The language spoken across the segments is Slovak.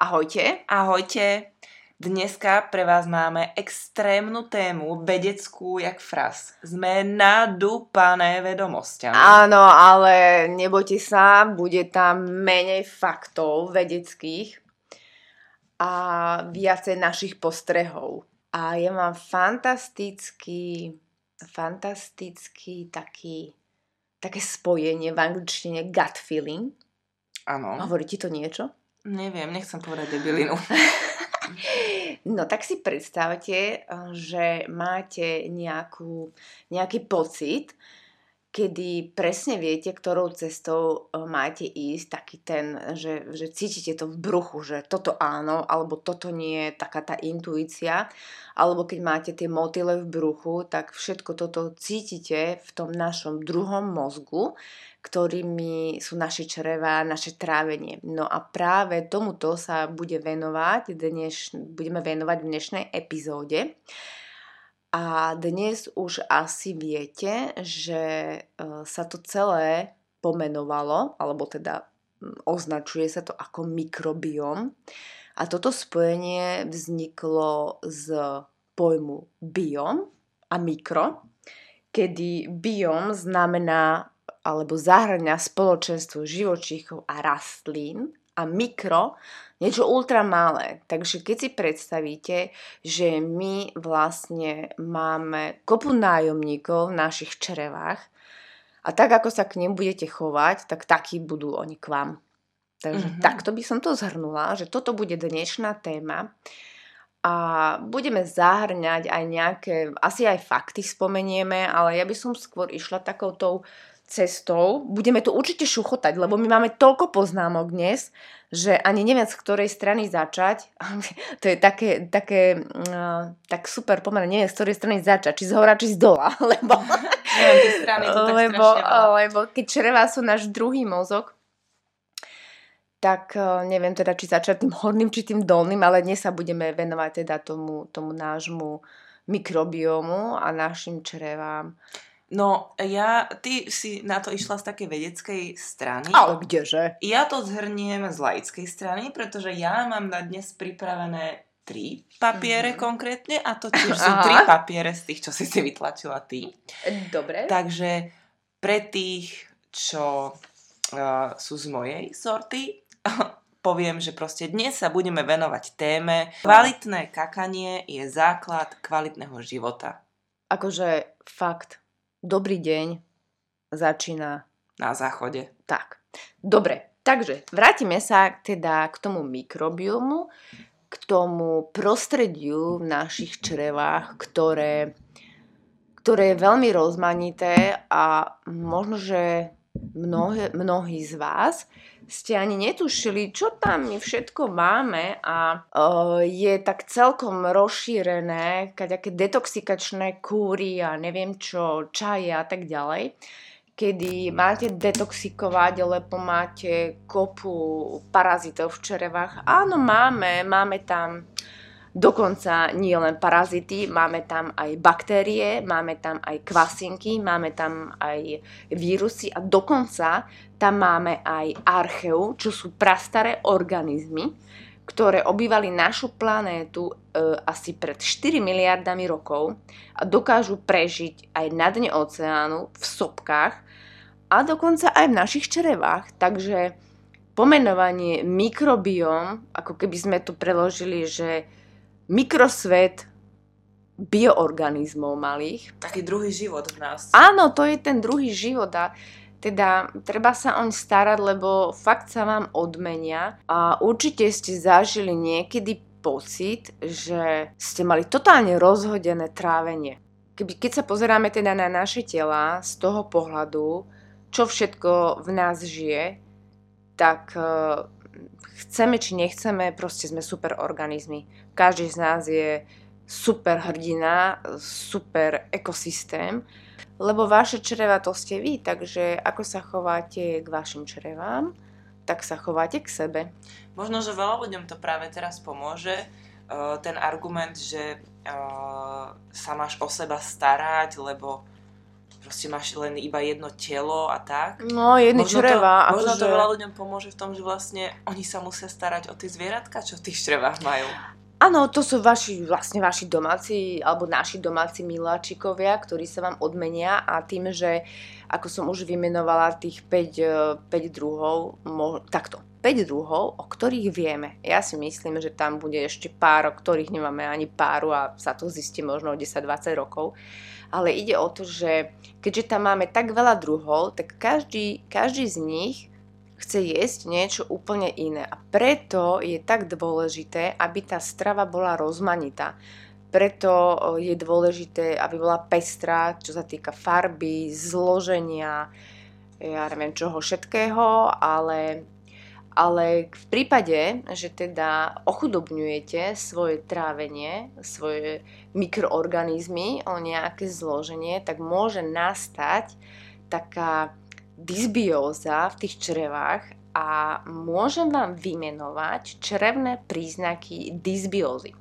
Ahojte. Ahojte. Dneska pre vás máme extrémnu tému, vedeckú jak fras. Sme nadúpané vedomosťami. Áno, ale nebojte sa, bude tam menej faktov vedeckých a viacej našich postrehov. A ja mám fantastický také spojenie v angličtine gut feeling. Áno. Hovorí ti to niečo? Neviem, nechcem povedať debilinu. No tak si predstavte, že máte nejaký pocit, kedy presne viete, ktorou cestou máte ísť, taký ten, že cítite to v bruchu, že toto áno, alebo toto nie, taká tá intuícia, alebo keď máte tie motyle v bruchu, tak všetko toto cítite v tom našom druhom mozgu, ktorými sú naše črevá, naše trávenie. No a práve tomuto sa budeme venovať v dnešnej epizóde. A dnes už asi viete, že sa to celé pomenovalo, alebo teda označuje sa to ako mikrobióm. A toto spojenie vzniklo z pojmu biom a mikro, kedy biom znamená alebo zahŕňa spoločenstvo živočíchov a rastlín a mikro niečo ultramalé. Takže keď si predstavíte, že my vlastne máme kopu nájomníkov v našich črevách a tak ako sa k nim budete chovať, tak takí budú oni k vám. Takže takto by som to zhrnula, že toto bude dnešná téma a budeme zahŕňať aj nejaké, asi aj fakty spomenieme, ale ja by som skôr išla takoutou cestou. Budeme tu určite šuchotať, lebo my máme toľko poznámok dnes, že ani neviem, z ktorej strany začať. To je tak super pomer, neviem, z ktorej strany začať, či z hora, či z dola, lebo keď črevá sú náš druhý mozog, tak neviem teda, či začať tým horným, či tým dolným, ale dnes sa budeme venovať teda tomu nášmu mikrobiomu a našim črevám. No, ty si na to išla z takej vedeckej strany. Ale kdeže? Ja to zhrniem z laickej strany, pretože ja mám na dnes pripravené 3 papiere konkrétne a to tiež sú 3 papiere z tých, čo si vytlačila ty. Dobre. Takže pre tých, čo sú z mojej sorty, poviem, že proste dnes sa budeme venovať téme kvalitné kakanie je základ kvalitného života. Akože fakt. Dobrý deň začína na záchode. Tak, dobre, takže vrátime sa teda k tomu mikrobiomu, k tomu prostrediu v našich črevách, ktoré je veľmi rozmanité a možno, že mnohí z vás ste ani netušili, čo tam my všetko máme a je tak celkom rozšírené, kaďaké detoxikačné kúry a neviem čo, čaje a tak ďalej, kedy máte detoxikovať, lebo máte kopu parazitov v črevách. Áno, máme tam dokonca nie len parazity, máme tam aj baktérie, máme tam aj kvasinky, máme tam aj vírusy a dokonca tam máme aj archeu, čo sú prastaré organizmy, ktoré obývali našu planétu asi pred 4 miliardami rokov a dokážu prežiť aj na dne oceánu, v sopkách a dokonca aj v našich črevách. Takže pomenovanie mikrobióm, ako keby sme to preložili, že mikrosvet bioorganizmov malých. Taký druhý život v nás. Áno, to je ten druhý život a teda treba sa oň starať, lebo fakt sa vám odmenia a určite ste zažili niekedy pocit, že ste mali totálne rozhodené trávenie. Keď sa pozeráme teda na naše tela z toho pohľadu, čo všetko v nás žije, tak chceme či nechceme, proste sme super organizmy. Každý z nás je super hrdina, super ekosystém, lebo vaše čreva to ste vy, takže ako sa chováte k vašim črevám, tak sa chováte k sebe. Možno, že veľa ľuďom to práve teraz pomôže, ten argument, že sa máš o seba starať, lebo proste máš len iba jedno telo a tak. No, jedny čreva. Možno to veľa ľuďom pomôže v tom, že vlastne oni sa musia starať o tie zvieratka, čo v tých črevách majú. Áno, to sú vaši domáci, alebo naši domáci miláčikovia, ktorí sa vám odmenia a tým, že ako som už vymenovala tých 5 druhov, takto, 5 druhov, o ktorých vieme. Ja si myslím, že tam bude ešte pár, o ktorých nemáme ani páru a sa to zistí možno o 10-20 rokov. Ale ide o to, že keďže tam máme tak veľa druhov, tak každý z nich chce jesť niečo úplne iné. A preto je tak dôležité, aby tá strava bola rozmanitá. Preto je dôležité, aby bola pestrá, čo sa týka farby, zloženia, ja neviem čoho všetkého, ale v prípade, že teda ochudobňujete svoje trávenie, svoje mikroorganizmy o nejaké zloženie, tak môže nastať taká dysbióza v tých črevách a môžem vám vymenovať črevné príznaky dysbiózy.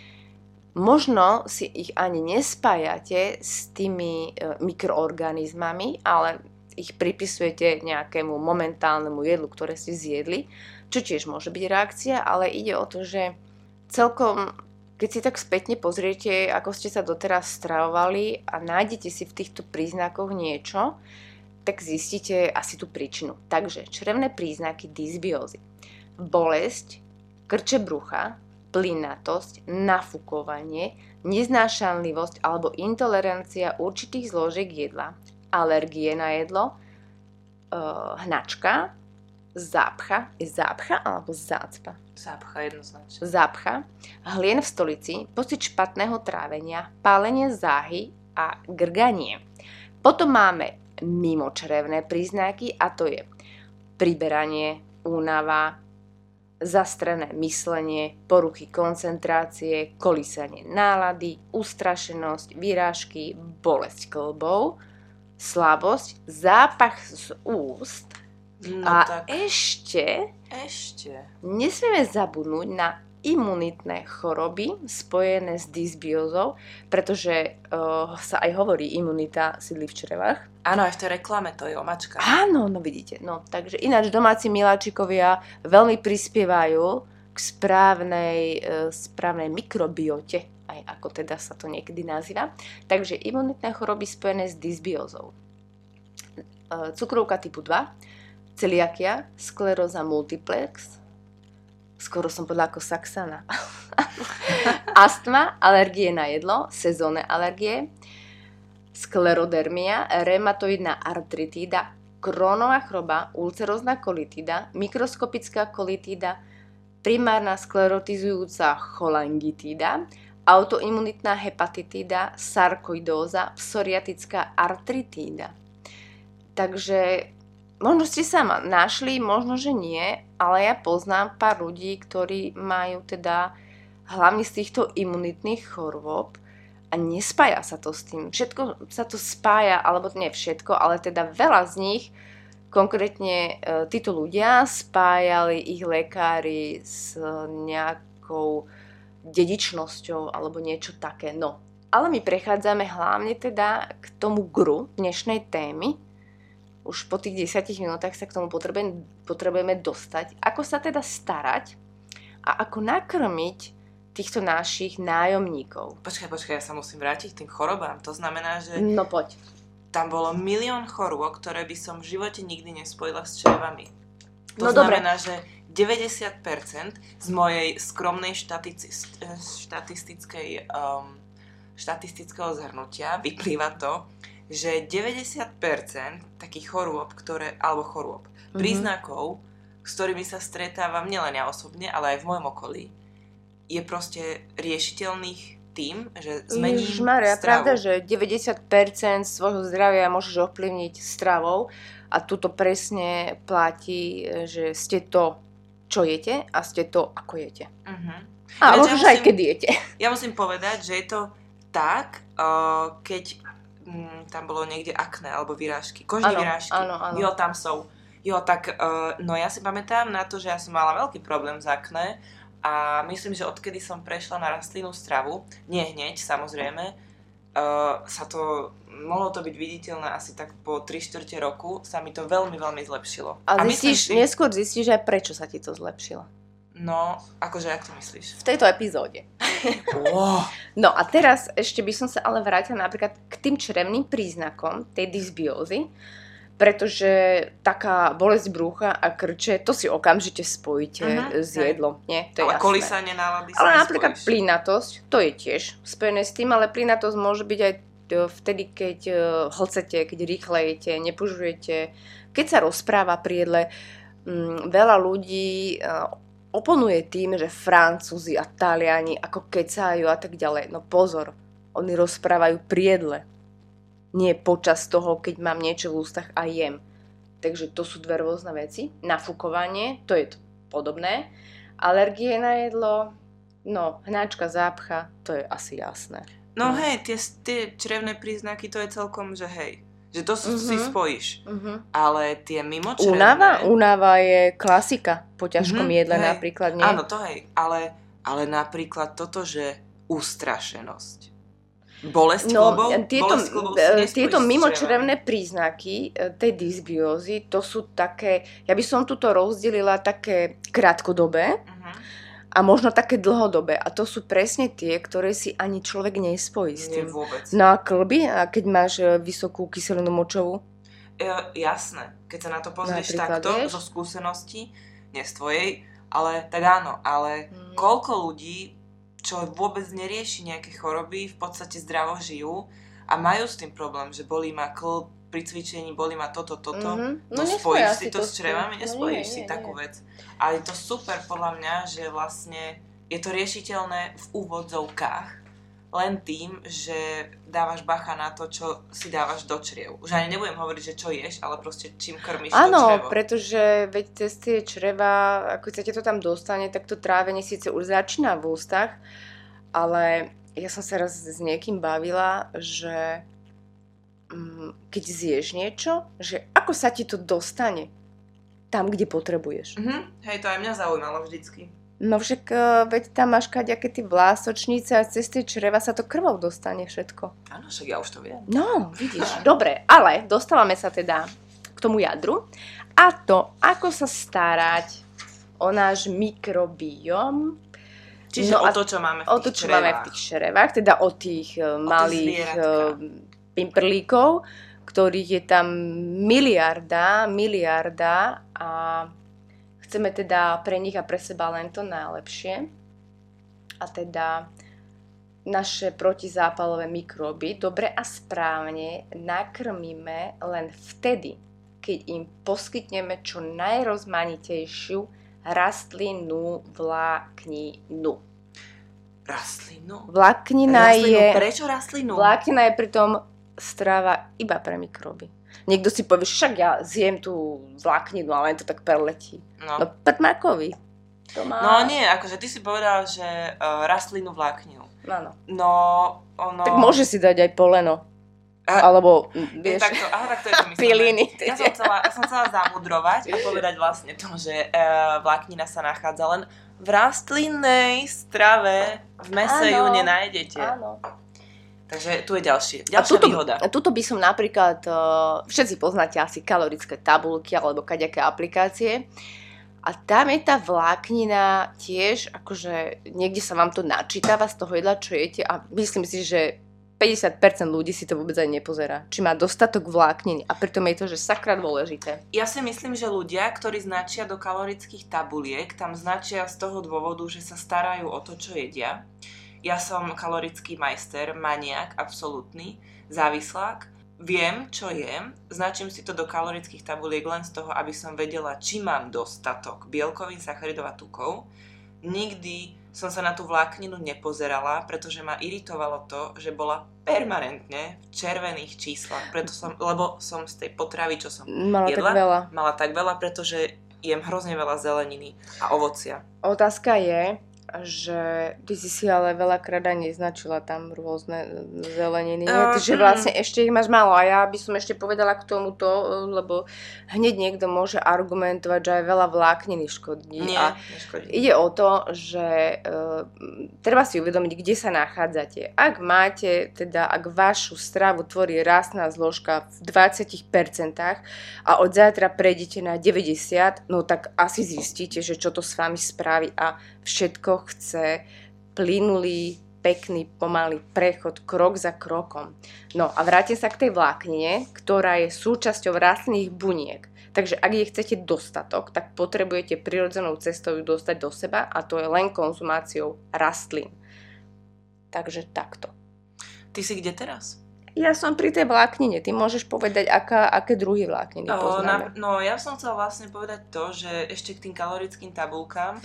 Možno si ich ani nespájate s tými mikroorganizmami, ale ich pripisujete nejakému momentálnemu jedlu, ktoré ste zjedli, čo tiež môže byť reakcia, ale ide o to, že celkom, keď si tak spätne pozriete, ako ste sa doteraz stravovali a nájdete si v týchto príznakoch niečo, tak zistíte asi tú príčinu. Takže črevné príznaky dysbiózy. Bolesť, krče brucha, plynatosť, nafúkovanie, neznášanlivosť alebo intolerancia určitých zložiek jedla, alergie na jedlo, hnačka, zápcha, je zápcha alebo zácpa? Zápcha jednoznačne. Zápcha, hlien v stolici, pocit špatného trávenia, pálenie záhy a grganie. Potom máme mimočrevné príznaky a to je priberanie, únava, zastrené myslenie, poruchy koncentrácie, kolísanie nálady, ustrašenosť, vyrážky, bolesť kĺbov, slabosť, zápach z úst ešte nesmieme zabudnúť na imunitné choroby spojené s dysbiózou, pretože sa aj hovorí, imunita sídli v črevách. Áno, aj v tej reklame to je omačka. Áno, no vidíte. No, takže ináč domáci miláčikovia veľmi prispievajú k správnej mikrobiote, aj ako teda sa to niekedy nazýva. Takže imunitné choroby spojené s dysbiózou. Cukrovka typu 2, celiakia, skleróza multiplex, skoro som povedala ako Saxana. Astma, alergie na jedlo, sezónne alergie, sklerodermia, reumatoidná artritída, Crohnova choroba, ulcerózna kolitída, mikroskopická kolitída, primárna sklerotizujúca cholangitída, autoimunitná hepatitída, sarkoidóza, psoriatická artritída. Takže možno ste sa našli, možno, že nie, ale ja poznám pár ľudí, ktorí majú teda hlavne z týchto imunitných chorôb a nespája sa to s tým. Všetko sa to spája, alebo nie všetko, ale teda veľa z nich, konkrétne títo ľudia, spájali ich lekári s nejakou dedičnosťou alebo niečo také. No, ale my prechádzame hlavne teda k tomu gru dnešnej témy. Už po tých 10 minútach sa k tomu potrebujeme dostať. Ako sa teda starať a ako nakrmiť týchto našich nájomníkov. Počkaj, ja sa musím vrátiť k tým chorobám. To znamená, že no poď. Tam bolo 1 000 000 chorôb, ktoré by som v živote nikdy nespojila s črevami. To no znamená, dobre. že 90% z mojej skromnej štatistického zhrnutia vyplýva to, že 90% takých príznakov, s ktorými sa stretávam nielen ja osobne, ale aj v mojom okolí, je proste riešiteľných tým, že zmením stravu. Pravda, že 90% svojho zdravia môžeš ovplyvniť stravou a tuto presne platí, že ste to, čo jete a ste to, ako jete. A možno aj keď jete. Ja musím povedať, že je to tak, keď tam bolo niekde akné alebo vyrážky, kožné vyrážky. Áno. Jo, tam sú. Jo, tak no ja si pamätám na to, že ja som mala veľký problém s akné a myslím, že odkedy som prešla na rastlinnú stravu, nie hneď samozrejme, sa to mohlo to byť viditeľné asi tak po 3/4 roku, sa mi to veľmi, veľmi zlepšilo. A neskôr zistíš aj prečo sa ti to zlepšilo. No, akože, jak to myslíš? V tejto epizóde. Wow. No a teraz ešte by som sa ale vrátila napríklad k tým črevným príznakom tej dysbiózy, pretože taká bolesť brucha a krče, to si okamžite spojíte s jedlom, nie? To je ale jasné. kolísanie nálady sa ale napríklad nespojíš. plynatosť, to je tiež spojené s tým, ale plynatosť môže byť aj vtedy, keď hlcete, keď rýchle jete, nepožujete, keď sa rozpráva pri jedle. Veľa ľudí oponuje tým, že Francúzi a Taliani ako kecajú a tak ďalej. No pozor, oni rozprávajú pri jedle. Nie počas toho, keď mám niečo v ústach a jem. Takže to sú dve rôzne veci. Nafúkovanie, to je to podobné. Alergie na jedlo, no hnačka, zápcha, to je asi jasné. No hej, tie črevné príznaky, to je celkom, že hej. Že to si spojíš. Ale tie mimočrevné... Únava je klasika po ťažkom jedle napríklad, nie? Áno, to hej. Ale napríklad toto, že ustrašenosť. Bolesť klbov? Tieto mimočrevné príznaky tej dysbiózy, to sú také, ja by som tuto rozdelila také krátkodobé a možno také dlhodobé. A to sú presne tie, ktoré si ani človek nespojí s tým. Nie vôbec. No a klby, a keď máš vysokú kyselinu močovú? Jasné, keď sa na to pozrieš Napríklad, takto, zo skúsenosti, nie z tvojej, ale tak áno, ale koľko ľudí, čo vôbec nerieši nejaké choroby, v podstate zdravo žijú a majú s tým problém, že bolí ma klb pri cvičení, bolí ma toto. No spojíš si to s črevami? Nespojíš si takú vec. Ale je to super podľa mňa, že vlastne je to riešiteľné v úvodzovkách len tým, že dávaš bacha na to, čo si dávaš do čriev. Už ani nebudem hovoriť, že čo ješ, ale proste čím krmíš to črevo. Áno, pretože veď cez tie čreva, ako sa ti to tam dostane, tak to trávenie síce už začína v ústach, ale ja som sa raz s niekým bavila, že keď zješ niečo, že ako sa ti to dostane tam, kde potrebuješ. Hej, to aj mňa zaujímalo vždycky. No však veď tam máš kaďaké tie vlásočnice a cez tie čreva sa to krvou dostane všetko. Áno, však ja už to viem. No, vidíš. Dobre, ale dostávame sa teda k tomu jadru. A to, ako sa starať o náš mikrobióm. Čiže o to, čo máme v tých črevách. O to, čo máme v tých črevách, teda o tých malých pimprlíkov, ktorých je tam miliarda a chceme teda pre nich a pre seba len to najlepšie. A teda naše protizápalové mikróby dobre a správne nakrmíme len vtedy, keď im poskytneme čo najrozmanitejšiu rastlinnú vlákninu. Rastlinu? Prečo rastlinu? Vláknina je pritom strava iba pre mikróby. Niekto si povie, však ja zjem tú vlákninu, ale len to tak preletí. No prtmákovi. No nie, akože ty si povedal, že rastlinu vlákninu. Áno. No, tak môže si dať aj poleno. Alebo, vieš, tak to je to myslené. piliny. Ja som chcela zamudrovať a povedať vlastne to, že vláknina sa nachádza len v rastlinnej strave. V mese ju nenájdete. Áno. Takže tu je ďalšia výhoda. A tuto by som napríklad, všetci poznáte asi kalorické tabuľky alebo kaďaké aplikácie. A tam je tá vláknina tiež, akože niekde sa vám to načítava z toho jedla, čo jete a myslím si, že 50% ľudí si to vôbec aj nepozerá. Či má dostatok vlákniny a pritom je to, že sakra dôležité. Ja si myslím, že ľudia, ktorí značia do kalorických tabuliek, tam značia z toho dôvodu, že sa starajú o to, čo jedia. Ja som kalorický majster, maniak, absolútny, závislák. Viem, čo jem, značím si to do kalorických tabuliek len z toho, aby som vedela, či mám dostatok bielkovín, sacharidov a tukov. Nikdy som sa na tú vlákninu nepozerala, pretože ma iritovalo to, že bola permanentne v červených číslach, lebo som z tej potravy, čo som jedla, mala tak veľa, pretože jem hrozne veľa zeleniny a ovocia. Otázka je, že ty si ale veľakrát aj neznačila tam rôzne zeleniny, že vlastne ešte ich máš málo a ja by som ešte povedala k tomuto, lebo hneď niekto môže argumentovať, že aj veľa vlákniny škodí. Nie, neškodí. Ide o to, že treba si uvedomiť, kde sa nachádzate. Ak vašu stravu tvorí rastná zložka v 20% a od zajtra prejdete na 90%, no tak asi zistíte, že čo to s vami spraví a všetko chce plynulý, pekný, pomalý prechod, krok za krokom. No a vrátim sa k tej vláknine, ktorá je súčasťou rastlinných buniek. Takže ak jej chcete dostatok, tak potrebujete prirodzenou cestou ju dostať do seba a to je len konzumáciou rastlín. Takže takto. Ty si kde teraz? Ja som pri tej vláknine. Ty môžeš povedať, aké druhy vlákniny poznáme. No, ja som chcela vlastne povedať to, že ešte k tým kalorickým tabuľkám,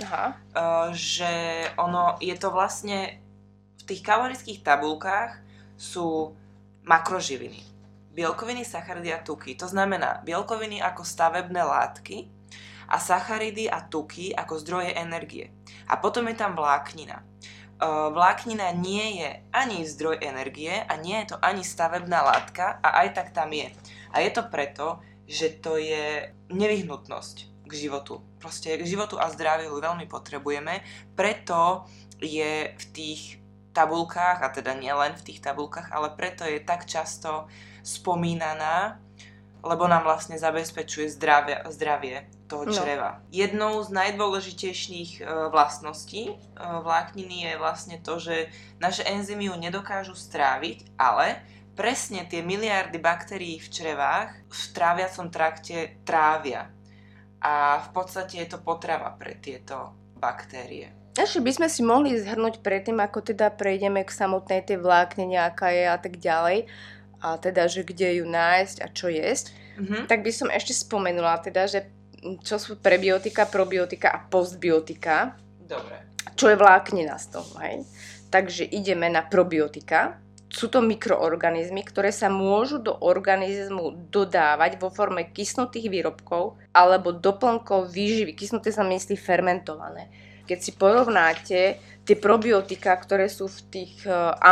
že je to vlastne v tých kalorických tabuľkách sú makroživiny. Bielkoviny, sacharidy a tuky. To znamená bielkoviny ako stavebné látky a sacharidy a tuky ako zdroje energie. A potom je tam vláknina. Vláknina nie je ani zdroj energie a nie je to ani stavebná látka a aj tak tam je. A je to preto, že to je nevyhnutnosť k životu. Proste k životu a zdraviu veľmi potrebujeme, preto je v tých tabuľkách, a teda nielen v tých tabuľkách, ale preto je tak často spomínaná, lebo nám vlastne zabezpečuje zdravie toho čreva. Jednou z najdôležitejších vlastností vlákniny je vlastne to, že naše enzymy ju nedokážu stráviť, ale presne tie miliardy baktérií v črevách v tráviacom trakte trávia. A v podstate je to potrava pre tieto baktérie. Ešte by sme si mohli zhrnúť predtým, ako teda prejdeme k samotnej tej vláknine, aká je a tak ďalej, a teda, že kde ju nájsť a čo jesť, tak by som ešte spomenula teda, že čo sú prebiotika, probiotika a postbiotika. Dobre. Čo je vláknina z toho, hej? Takže ideme na probiotika. Sú to mikroorganizmy, ktoré sa môžu do organizmu dodávať vo forme kysnutých výrobkov alebo doplnkov výživy. Kysnuté sa myslí fermentované. Keď si porovnáte tie probiotika, ktoré sú v tých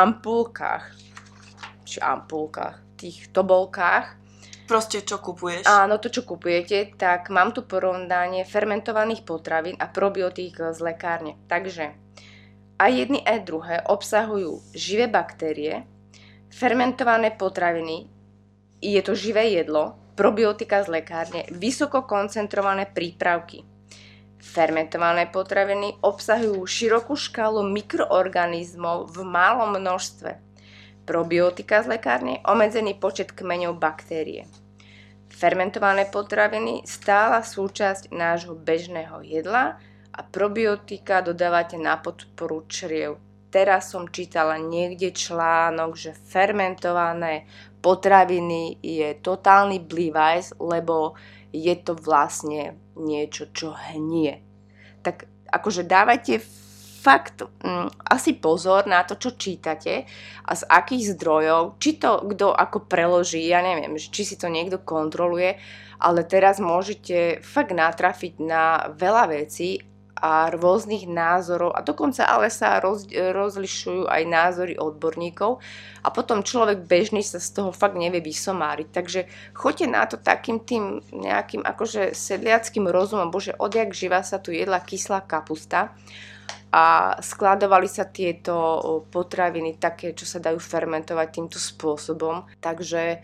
tých tobolkách, proste čo kupuješ? Áno, to čo kupujete, tak mám tu porovnanie fermentovaných potravín a probiotík z lekárne. Takže aj jedny, aj druhé obsahujú živé baktérie, fermentované potraviny, je to živé jedlo, probiotika z lekárne, vysoko koncentrované prípravky. Fermentované potraviny obsahujú širokú škálu mikroorganizmov v malom množstve. Probiotika z lekárne, obmedzený počet kmeňov baktérie. Fermentované potraviny, stála súčasť nášho bežného jedla a probiotika dodávate na podporu čriev. Teraz som čítala niekde článok, že fermentované potraviny je totálny blívajs, lebo je to vlastne niečo, čo hnie. Tak akože dávajte fakt asi pozor na to, čo čítate a z akých zdrojov, či to kto ako preloží, ja neviem, či si to niekto kontroluje, ale teraz môžete fakt natrafiť na veľa vecí a rôznych názorov a dokonca ale sa rozlišujú aj názory odborníkov a potom človek bežný sa z toho fakt nevie vysomáriť. Takže choďte na to takým tým nejakým akože sedliackým rozumom, bože odjak živa sa tu jedla kyslá kapusta a skladovali sa tieto potraviny také, čo sa dajú fermentovať týmto spôsobom. Takže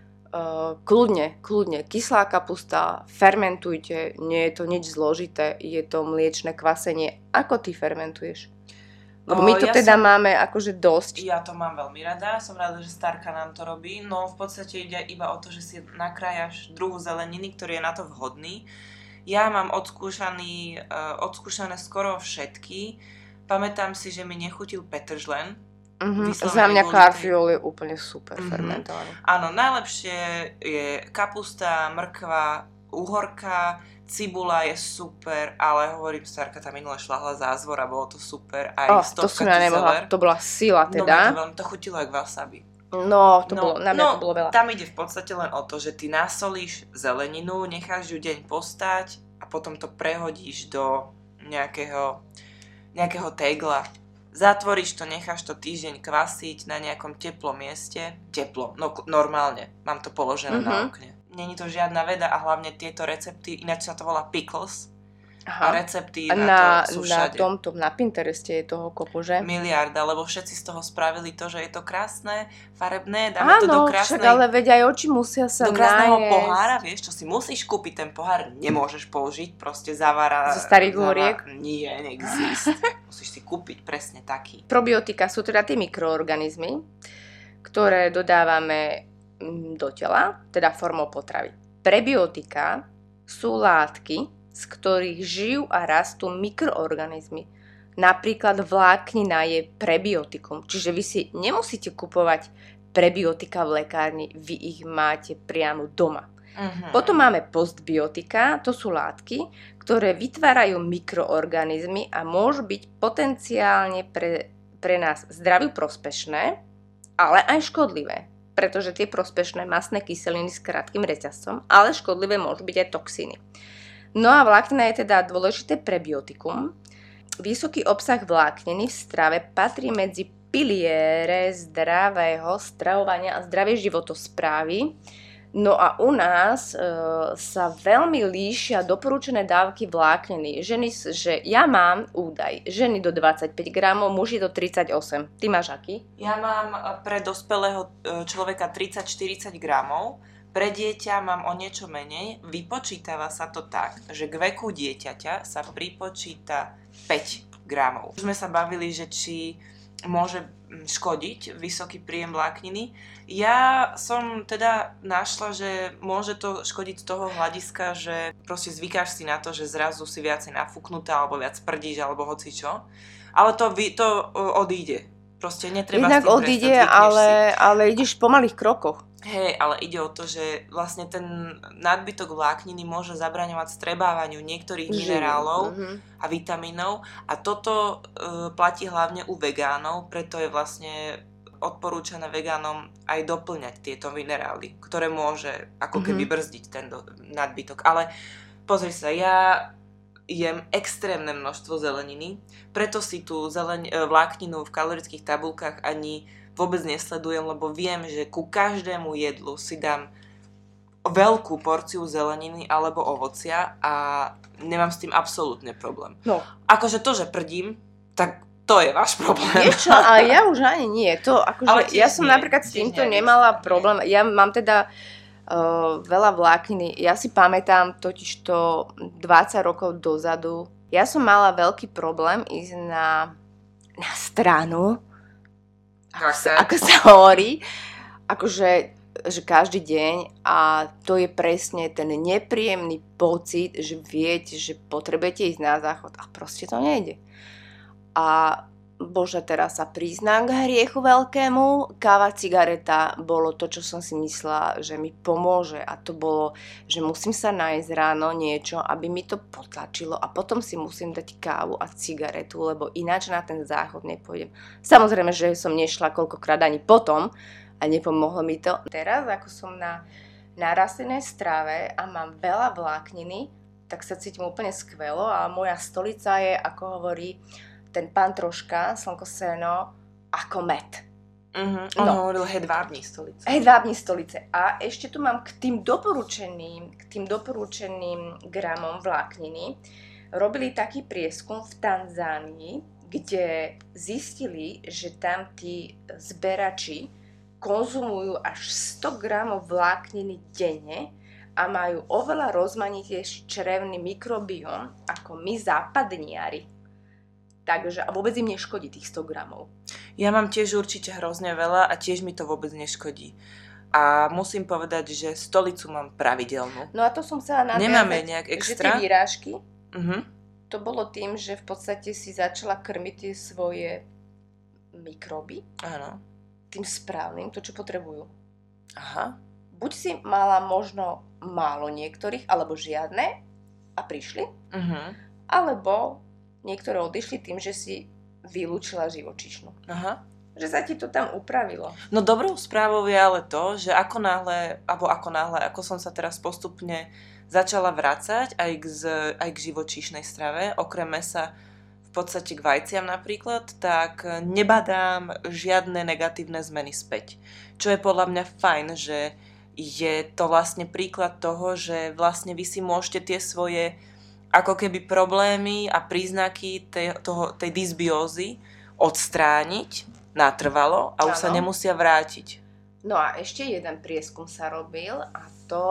kľudne, kyslá kapusta, fermentujte, nie je to nič zložité, je to mliečne kvasenie. Ako ty fermentuješ? Lebo my to máme akože dosť. Ja to mám veľmi rada, som rada, že Starka nám to robí, no v podstate ide iba o to, že si nakrájaš druhu zeleniny, ktorý je na to vhodný. Ja mám odskúšané skoro všetky. Pamätám si, že mi nechutil petržlen. Za mňa karfiol je úplne super fermentovaný. Áno, najlepšie je kapusta, mrkva, uhorka, cibula je super, ale hovorím, Starka tam minule šľahla zázvor a bolo to super. Aj to som ja nemohla, to bola sila teda. No, to chutilo jak wasabi. Na mňa to bolo veľa. Tam ide v podstate len o to, že ty nasolíš zeleninu, necháš ju deň postať a potom to prehodíš do nejakého nejakého tegla. Zatvoríš to, necháš to týždeň kvasiť na nejakom teplom mieste. Teplo, no normálne. Mám to položené na okne. Není to žiadna veda a hlavne tieto recepty, ináč sa to volá pickles. A recepty na to sú všade. Na Pintereste je toho kopu, že? Miliarda, lebo všetci z toho spravili to, že je to krásne, farebné, dáme to do krásnej... Áno, ale veď aj oči musia sa do krásneho pohára, vieš, čo si musíš kúpiť, ten pohár nemôžeš použiť, proste zavára... Zo starých horiek? Nie, neexist. Musíš si kúpiť presne taký. Probiotika sú teda tie mikroorganizmy, ktoré dodávame do tela, teda formou potravy. Prebiotika sú látky, z ktorých žijú a rastú mikroorganizmy. Napríklad vláknina je prebiotikum, čiže vy si nemusíte kupovať prebiotika v lekárni, vy ich máte priamo doma. Potom máme postbiotika, to sú látky, ktoré vytvárajú mikroorganizmy a môžu byť potenciálne pre nás zdraviu prospešné, ale aj škodlivé, pretože tie prospešné mastné kyseliny s krátkym reťazcom, ale škodlivé môžu byť aj toxíny. No a vláknina je teda dôležité prebiotikum. Vysoký obsah vlákniny v strave patrí medzi piliere zdravého stravovania a zdravej životosprávy. No a u nás sa veľmi líšia doporučené dávky vlákniny. Že ja mám údaj, ženy do 25 gramov, muži do 38. Ty máš aký? Ja mám pre dospelého človeka 30-40 gramov. Pre dieťa mám o niečo menej. Vypočítava sa to tak, že k veku dieťaťa sa pripočíta 5 gramov. Už sme sa bavili, že či môže škodiť vysoký príjem vlákniny. Ja som teda našla, že môže to škodiť z toho hľadiska, že proste zvykáš si na to, že zrazu si viacej nafúknutá alebo viac prdíš alebo hocičo. Ale to odíde. Proste netreba inak s tým odíde, ale ideš v pomalých krokoch. Hej, ale ide o to, že vlastne ten nadbytok vlákniny môže zabraňovať strebávaniu niektorých minerálov a vitamínov a toto platí hlavne u vegánov, preto je vlastne odporúčané vegánom aj doplňať tieto minerály, ktoré môže ako keby brzdiť ten nadbytok. Ale pozri sa, ja jem extrémne množstvo zeleniny, preto si tú vlákninu v kalorických tabuľkách ani vôbec nesledujem, lebo viem, že ku každému jedlu si dám veľkú porciu zeleniny alebo ovocia a nemám s tým absolútne problém. No. Akože to, že prdím, tak to je váš problém. Vieš čo, ale ja už ani nie. Ja som napríklad s týmto nemala problém. Ja mám teda veľa vlákniny. Ja si pamätám totižto 20 rokov dozadu. Ja som mala veľký problém ísť na stranu, ako sa hovorí, akože že každý deň a to je presne ten nepríjemný pocit, že viete, že potrebujete ísť na záchod a proste to nejde. A bože, teraz sa priznám k hriechu veľkému, káva, cigareta bolo to, čo som si myslela, že mi pomôže a to bolo, že musím sa nájsť ráno niečo, aby mi to potlačilo a potom si musím dať kávu a cigaretu, lebo ináč na ten záchod nepôjdem. Samozrejme, že som nešla koľkokrát ani potom a nepomohlo mi to. Teraz, ako som na rastlinnej strave a mám veľa vlákniny, tak sa cítim úplne skvelo a moja stolica je, ako hovorí ten pán Troška, slnko seno, ako med. On hovoril hedvábni stolice. Hedvábni stolice. A ešte tu mám k tým doporučeným gramom vlákniny. Robili taký prieskum v Tanzánii, kde zistili, že tam tí zberači konzumujú až 100 gramov vlákniny denne a majú oveľa rozmanitejší črevný mikrobióm ako my západniari. Takže a vôbec im neškodí tých 100 gramov. Ja mám tiež určite hrozne veľa a tiež mi to vôbec neškodí. A musím povedať, že stolicu mám pravidelnú. No a to som chcela nadviazať, nemáme nejak extra. Že tie výrážky, to bolo tým, že v podstate si začala krmiť tie svoje mikróby. Áno. Tým správnym, to čo potrebujú. Aha. Buď si mala možno málo niektorých, alebo žiadne a prišli, alebo niektoré odišli tým, že si vylúčila živočíšnu. Aha. Že sa ti to tam upravilo. No dobrou správou je ale to, že ako náhle, ako som sa teraz postupne začala vracať aj k živočíšnej strave, okrem mesa v podstate k vajciam napríklad, tak nebadám žiadne negatívne zmeny späť. Čo je podľa mňa fajn, že je to vlastne príklad toho, že vlastne vy si môžete tie svoje ako keby problémy a príznaky tej dysbiózy odstrániť natrvalo a už sa nemusia vrátiť. No a ešte jeden prieskum sa robil a to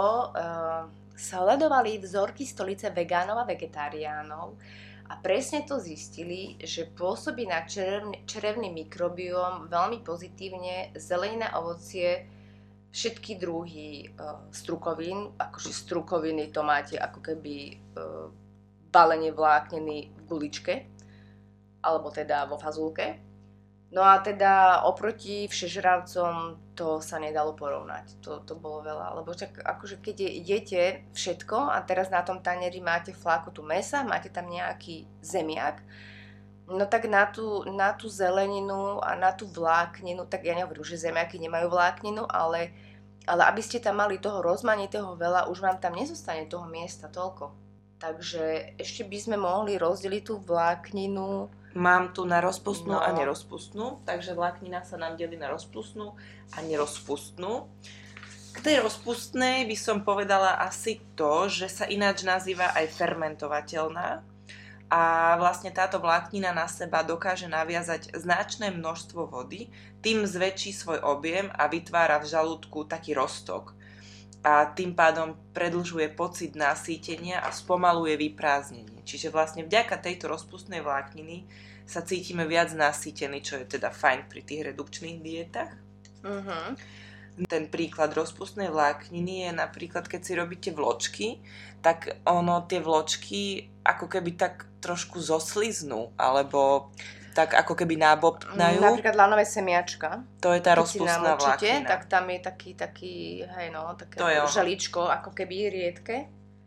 sledovali vzorky stolice vegánov a vegetariánov a presne to zistili, že pôsobí na črevný mikrobióm veľmi pozitívne zelenina, ovocie, všetky druhy strukovín, akože strukoviny to máte ako keby balenie vlákniny v guličke, alebo teda vo fazulke. No a teda oproti všežravcom to sa nedalo porovnať. To bolo veľa, lebo čak akože keď jete všetko a teraz na tom tanieri máte flákotu mäsa, máte tam nejaký zemiak, no tak na tú zeleninu a na tú vlákninu, tak ja nehovorím, že zemiaky nemajú vlákninu, ale aby ste tam mali toho rozmanitého veľa, už vám tam nezostane toho miesta toľko. Takže ešte by sme mohli rozdeliť tú vlákninu. Mám tu na rozpustnú a nerozpustnú, takže vláknina sa nám delí na rozpustnú a nerozpustnú. K tej rozpustnej by som povedala asi to, že sa ináč nazýva aj fermentovateľná a vlastne táto vláknina na seba dokáže naviazať značné množstvo vody, tým zväčší svoj objem a vytvára v žalúdku taký roztok. A tým pádom predĺžuje pocit nasýtenia a spomaluje vyprázdnenie. Čiže vlastne vďaka tejto rozpustnej vlákniny sa cítime viac nasýtení, čo je teda fajn pri tých redukčných dietách. Uh-huh. Ten príklad rozpustnej vlákniny je napríklad, keď si robíte vločky, tak tie vločky ako keby tak trošku zosliznú, alebo tak ako keby nábobtnajú. Napríklad lanové semiačka. To je tá rozpustná vláknina. Tak tam je taký také želíčko ako keby riedke.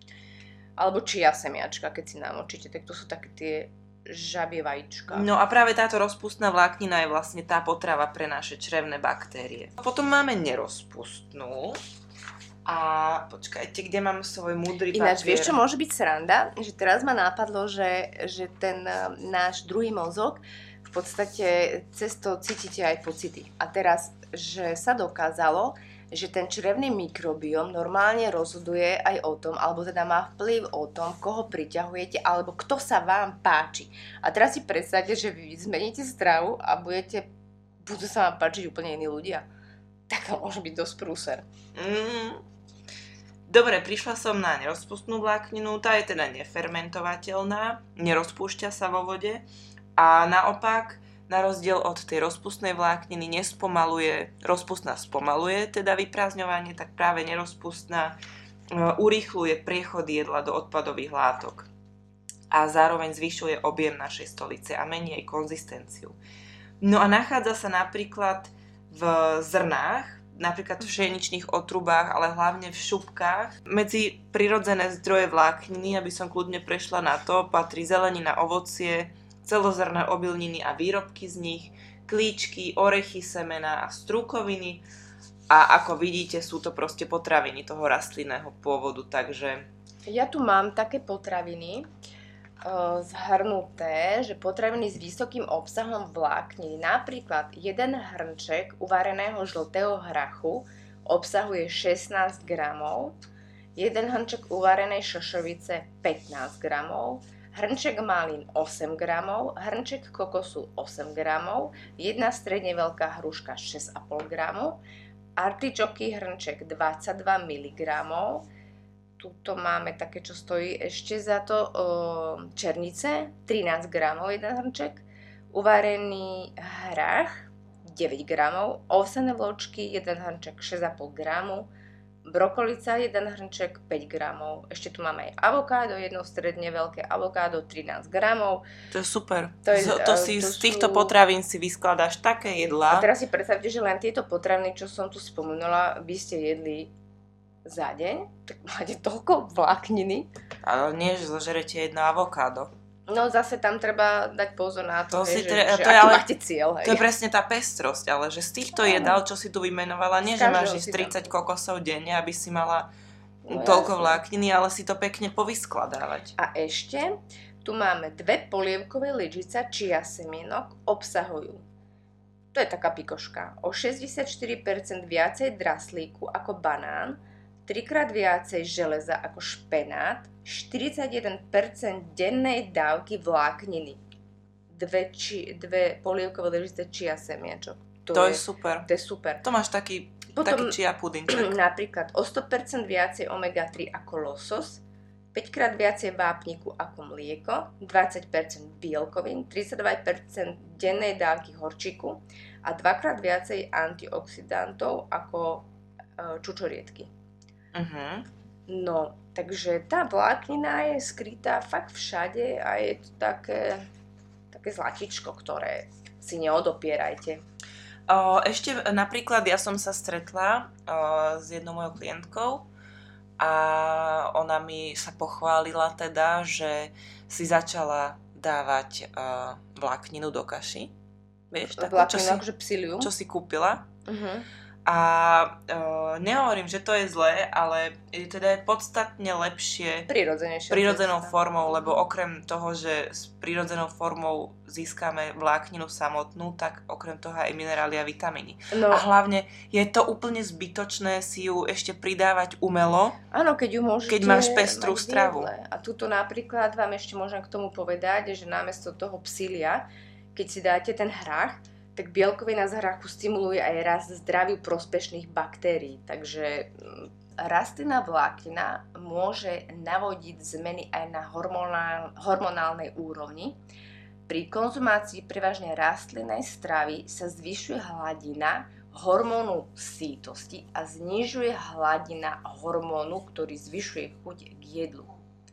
Alebo čia semiačka, keď si namočíte, tak to sú také tie žabie vajíčka. No a práve táto rozpustná vláknina je vlastne tá potrava pre naše črevné baktérie. Potom máme nerozpustnú. A počkajte, kde mám svoj múdry papier? Ináč, vieš, čo môže byť sranda? Že teraz ma napadlo, že ten náš druhý mozog v podstate cez to cítite aj pocity. A teraz, že sa dokázalo, že ten črevný mikrobióm normálne rozhoduje aj o tom, alebo teda má vplyv o tom, koho priťahujete, alebo kto sa vám páči. A teraz si predstavte, že vy zmeníte stravu a budú sa vám páčiť úplne iní ľudia. Tak to môže byť dosť prúser. Dobre, prišla som na nerozpustnú vlákninu, tá je teda nefermentovateľná, nerozpúšťa sa vo vode a naopak, na rozdiel od tej rozpustnej vlákniny rozpustná spomaluje teda vyprázdňovanie, tak práve nerozpustná urýchľuje priechod jedla do odpadových látok a zároveň zvyšuje objem našej stolice a mení jej konzistenciu. No a nachádza sa napríklad v zrnách, napríklad v pšeničných otrubách, ale hlavne v šupkách. Medzi prirodzené zdroje vlákniny, aby som kľudne prešla na to, patrí zelenina, ovocie, celozrnné obilniny a výrobky z nich, klíčky, orechy, semená a strukoviny. A ako vidíte, sú to proste potraviny toho rastlinného pôvodu, takže... Ja tu mám také potraviny zhrnuté, že potraviny s vysokým obsahom vlákniny. Napríklad jeden hrnček uvareného žltého hrachu obsahuje 16 gramov, jeden hrnček uvarenej šošovice 15 gramov, hrnček malín 8 gramov, hrnček kokosu 8 gramov, jedna stredne veľká hruška 6,5 gramov, artičoky hrnček 22 mg, tuto máme také, čo stojí ešte za to, černice 13 gramov jeden hrnček, uvarený hrách 9 gramov, ovsené vločky 1 hrnček 6,5 gramu, brokolica 1 hrnček 5 gramov. Ešte tu máme aj avokádo, jedno stredne veľké avokádo 13 gramov. To je super. Z týchto potravín si vyskladáš také jedlá. A teraz si predstavte, že len tieto potraviny, čo som tu spomenula, by ste jedli za deň, tak máte toľko vlákniny. Ale nie, že zožerete jedno avokádo. No zase tam treba dať pozor na to, že aký máte cieľ. To je presne tá pestrosť, ale že z týchto jedál, čo si tu vymenovala, nie že máš 30 kokosov denne, aby si mala toľko vlákniny, ale si to pekne povyskladávať. A ešte, Tu máme 2 polievkové lyžice chia semienok, obsahujú, to je taká pikoška, o 64% viacej draslíku ako banán, 3-krát viacej železa ako špenát, 41% dennej dávky vlákniny. 2 polievkové lyžice chia semienčok. To je super. To je super. To máš taký chia pudinček. Napríklad o 100% viacej omega-3 ako losos, 5-krát viacej vápniku ako mlieko, 20% bielkovín, 32% dennej dávky horčíku a 2-krát viacej antioxidantov ako čučoriedky. No, takže tá vláknina je skrytá fakt všade a je to také zlatičko, ktoré si neodopierajte. Ešte napríklad ja som sa stretla s jednou mojou klientkou a ona mi sa pochválila teda, že si začala dávať vlákninu do kaši. Vieš, takú, vlákninu, akože psiliu. Čo si kúpila. A nehovorím, že to je zlé, ale teda je podstatne lepšie prirodzenou formou, lebo okrem toho, že s prirodzenou formou získame vlákninu samotnú, tak okrem toho aj minerály a vitamíny. No. A hlavne je to úplne zbytočné si ju ešte pridávať umelo, áno, keď máš pestrú stravu. A tuto napríklad vám ešte môžem k tomu povedať, že namiesto toho psilia, keď si dáte ten hrách, tak bielkovina z hrachu stimuluje aj rast zdraviu prospešných baktérií. Takže rastlinná vláknina môže navodiť zmeny aj na hormonálnej úrovni. Pri konzumácii prevažne rastlinnej stravy sa zvyšuje hladina hormónu sítosti a znižuje hladina hormónu, ktorý zvyšuje chuť k jedlu.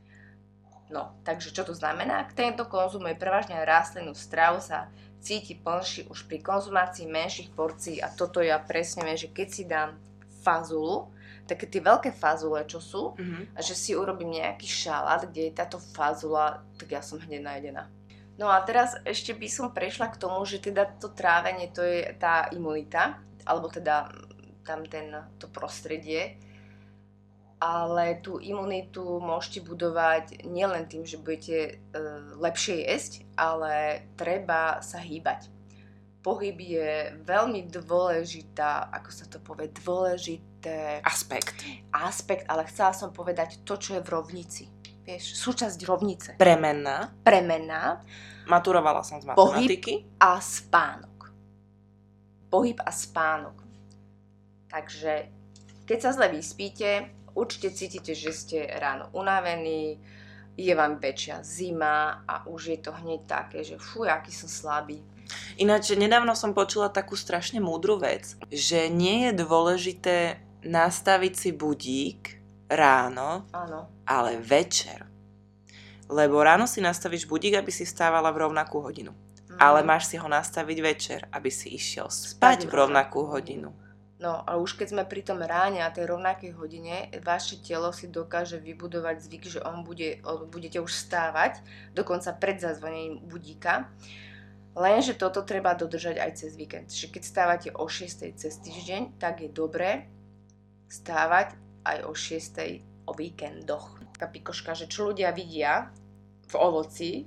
No, takže čo to znamená? Tento konzumuje prevažne rastlinnú stravu, sa cíti plnší už pri konzumácii menších porcií a toto ja presne viem, že keď si dám fazulu, také tie veľké fazule, čo sú, a že si urobím nejaký šalát, kde je táto fazula, tak ja som hneď najedená. No a teraz ešte by som prešla k tomu, že teda to trávenie, to je tá imunita, alebo teda tam to prostredie, ale tú imunitu môžete budovať nielen tým, že budete lepšie jesť, ale treba sa hýbať. Pohyb je veľmi dôležitá, ako sa to povie, dôležité... Aspekt, ale chcela som povedať to, čo je v rovnici. Vieš, súčasť rovnice. Premenná. Maturovala som z matematiky. Pohyb a spánok. Takže, keď sa zle vyspíte, určite cítite, že ste ráno unavení, je vám väčšia zima a už je to hneď také, že aký som slabý. Ináč, nedávno som počula takú strašne múdru vec, že nie je dôležité nastaviť si budík ráno, áno, ale večer. Lebo ráno si nastavíš budík, aby si vstávala v rovnakú hodinu. Ale máš si ho nastaviť večer, aby si išiel spať v rovnakú hodinu. No, ale už keď sme pri tom ráne a tej rovnakej hodine, vaše telo si dokáže vybudovať zvyk, že budete už vstávať, dokonca pred zazvonením budíka. Lenže toto treba dodržať aj cez víkend. Čiže keď stávate o 6 cez týždeň, tak je dobré stávať aj o 6 o víkendoch. Taká pikoška, že čo ľudia vidia v ovoci,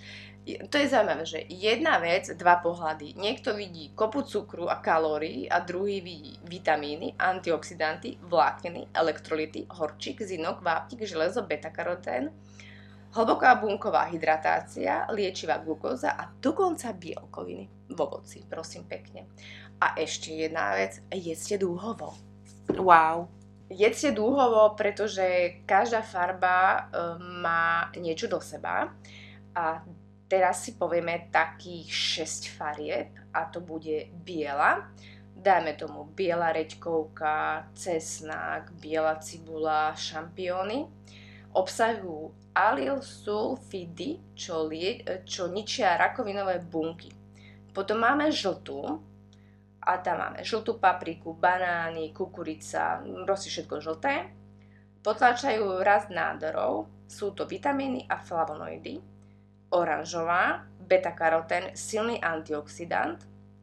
to je zaujímavé, že jedna vec, dva pohľady. Niekto vidí kopu cukru a kalórií a druhý vidí vitamíny, antioxidanty, vlákniny, elektrolyty, horčík, zinok, vápnik, železo, beta-karotén, hlboká bunková hydratácia, liečivá glukóza a dokonca bielkoviny v ovoci, prosím pekne. A ešte jedna vec, jedzte dúhovo. Wow. Jedzte dúhovo, pretože každá farba má niečo do seba a teraz si povieme takých 6 farieb a to bude biela. Dajme tomu biela reďkovka, cesnák, biela cibula, šampióny. Obsahujú alylsulfidy, čo ničia rakovinové bunky. Potom máme žltú a tam máme žltú papriku, banány, kukurica, proste všetko žlté. Potláčajú rast nádorov, sú to vitamíny a flavonoidy. Oranžová, beta-karotén, silný antioxidant,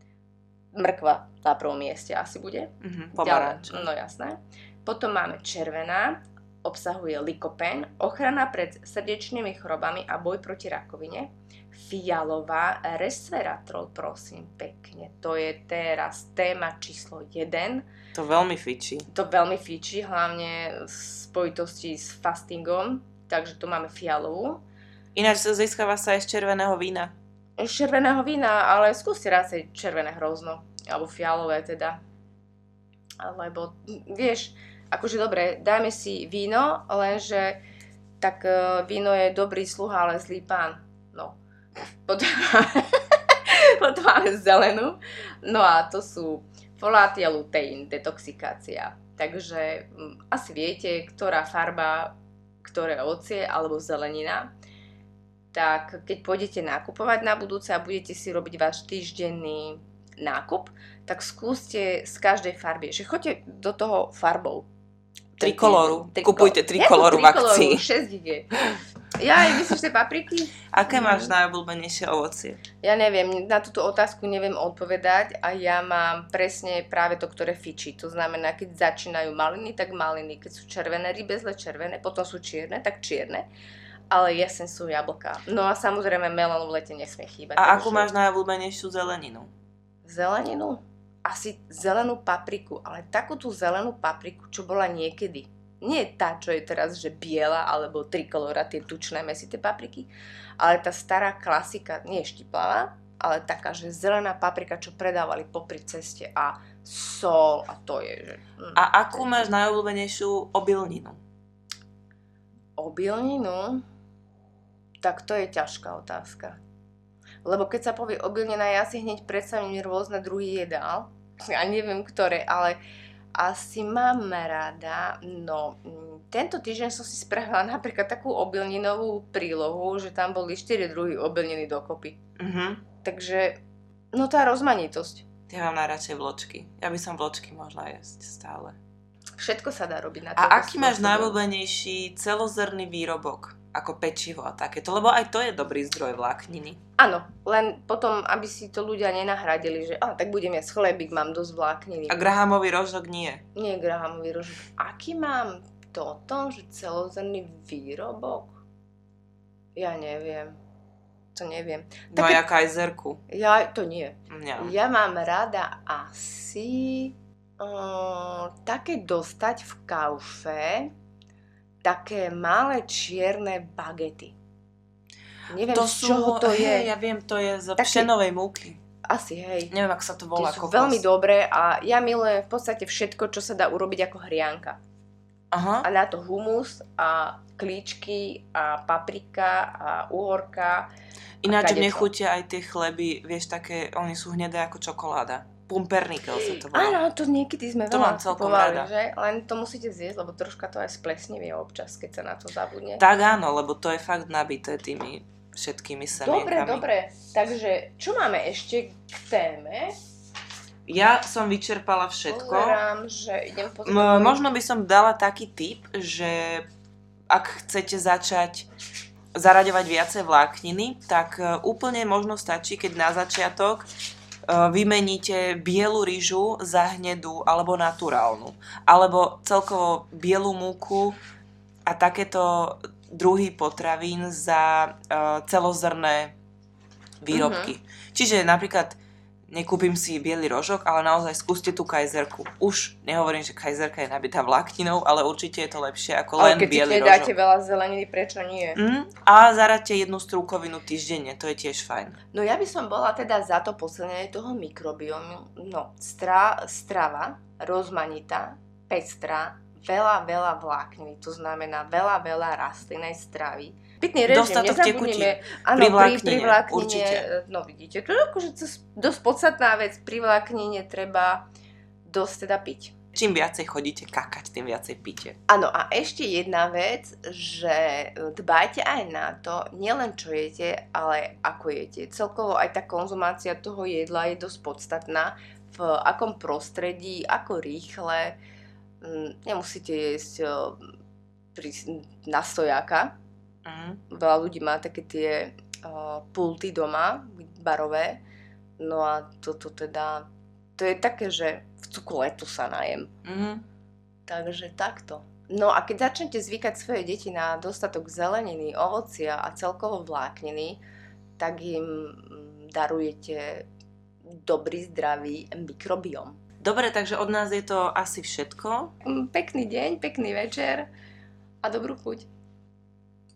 mrkva na prvom mieste asi bude. Pomaranč. No jasné. Potom máme červená, obsahuje lykopen, ochrana pred srdečnými chorobami a boj proti rakovine. Fialová resveratrol, prosím pekne, to je teraz téma číslo 1. To veľmi fičí. Hlavne v spojitosti s fastingom, takže tu máme fialovú. Ináč získava sa aj z červeného vína. Z červeného vína, ale skúste raz aj červené hrozno, alebo fialové teda. Lebo, vieš, akože dobre, dajme si víno, lenže tak víno je dobrý sluha, ale zlý pán. No. Potom máme zelenú. No a to sú foláty a luteín, detoxikácia. Takže asi viete, ktorá farba, ktoré ovocie alebo zelenina. Tak keď pôjdete nakupovať na budúce a budete si robiť váš týždenný nákup, tak skúste z každej farby, že choďte do toho farbou. Trikoloru. Kupujte trikoloru v akcii. 6 je. Ja aj myslíš tie papriky? Aké máš najobľúbenejšie ovocie? Ja neviem, na túto otázku neviem odpovedať a ja mám presne práve to, ktoré fičí. To znamená, keď začínajú maliny, tak maliny. Keď sú červené rybezle, červené, potom sú čierne, tak čierne. Ale jeseň sú jablká. No a samozrejme melón v lete nesmie chýbať. A akú máš najobľúbenejšiu zeleninu? Zeleninu? Asi zelenú papriku, ale takú tú zelenú papriku, čo bola niekedy. Nie tá, čo je teraz, že biela alebo trikolora, tie tučné mesité papriky, ale tá stará klasika, nie štiplavá, ale taká, že zelená paprika, čo predávali popri ceste a sol a to je, že... A akú máš najobľúbenejšiu obilninu? Obilninu? Tak to je ťažká otázka. Lebo keď sa povie obilnina, ja si hneď predstavím rôzne druhy jedál. Ja neviem ktoré, ale asi mám rada. No, tento týždeň som si spravila napríklad takú obilninovú prílohu, že tam boli 4 druhy obilniny dokopy. Takže, no tá rozmanitosť. Ja mám najradšej vločky. Ja by som vločky mohla jesť stále. Všetko sa dá robiť na to. A aký máš najobľúbenejší celozrný výrobok? Ako pečivo a takéto, lebo aj to je dobrý zdroj vlákniny. Áno, len potom, aby si to ľudia nenahradili, že tak budem jesť chlebík, mám dosť vlákniny. A grahamový rožok nie? Nie grahamový rožok. Aký mám toto, že celozrný výrobok? Ja neviem. To neviem. Moja kajzerku. Ja, to nie. Ja. Ja mám rada asi také dostať v kaufe také malé čierne bagety. Neviem, z čoho to je. Ja viem, to je z pšenovej múky. Asi, hej. Neviem, ako sa to volá. Tie sú veľmi dobré a ja milujem v podstate všetko, čo sa dá urobiť ako hrianka. Aha. A na to humus a klíčky a paprika a uhorka. Ináč mne chutia aj tie chleby, vieš, také, oni sú hnedé ako čokoláda. Pumpernickel sa to volá. Áno, to niekedy sme to veľa kupovali, že? Len to musíte zjesť, lebo troška to aj splesnivie občas, keď sa na to zabudne. Tak áno, lebo to je fakt nabité tými všetkými semienkami. Dobre. Takže, čo máme ešte k téme? Ja som vyčerpala všetko. Pozerám, že idem možno by som dala taký tip, že ak chcete začať zaraďovať viacej vlákniny, tak úplne možno stačí, keď na začiatok vymeníte bielu ryžu za hnedú alebo naturálnu. Alebo celkovo bielu múku a takéto druhy potravín za celozrné výrobky. Čiže napríklad nekúpim si biely rožok, ale naozaj skúste tú kajzerku. Už nehovorím, že kajzerka je nabitá vlákninou, ale určite je to lepšie ako len biely rožok. Ale keď si nedáte veľa zeleniny, prečo nie? A zaraďte jednu strúkovinu týždenne, to je tiež fajn. No ja by som bola teda za to posilnenie toho mikrobiomu. No, strava, rozmanitá, pestrá, veľa vlákniny, to znamená veľa rastlinnej stravy. Pitný režim, dostatok tekutín. Áno, pri vláknine, určite. No vidíte, to je akože dosť podstatná vec. Pri vláknine treba dosť teda piť. Čím viacej chodíte kakať, tým viacej píte. Áno, a ešte jedna vec, že dbajte aj na to, nielen čo jete, ale ako jete. Celkovo aj tá konzumácia toho jedla je dosť podstatná. V akom prostredí, ako rýchle. Nemusíte jesť na stojáka. Veľa ľudí má také tie pulty doma, barové. No a toto teda, to je také, že v cuku letu sa najem. Takže takto. No a keď začnete zvykať svoje deti na dostatok zeleniny, ovocia a celkovo vlákniny, tak im darujete dobrý, zdravý mikrobióm. Dobre, takže od nás je to asi všetko. Pekný deň, pekný večer a dobrú chuť.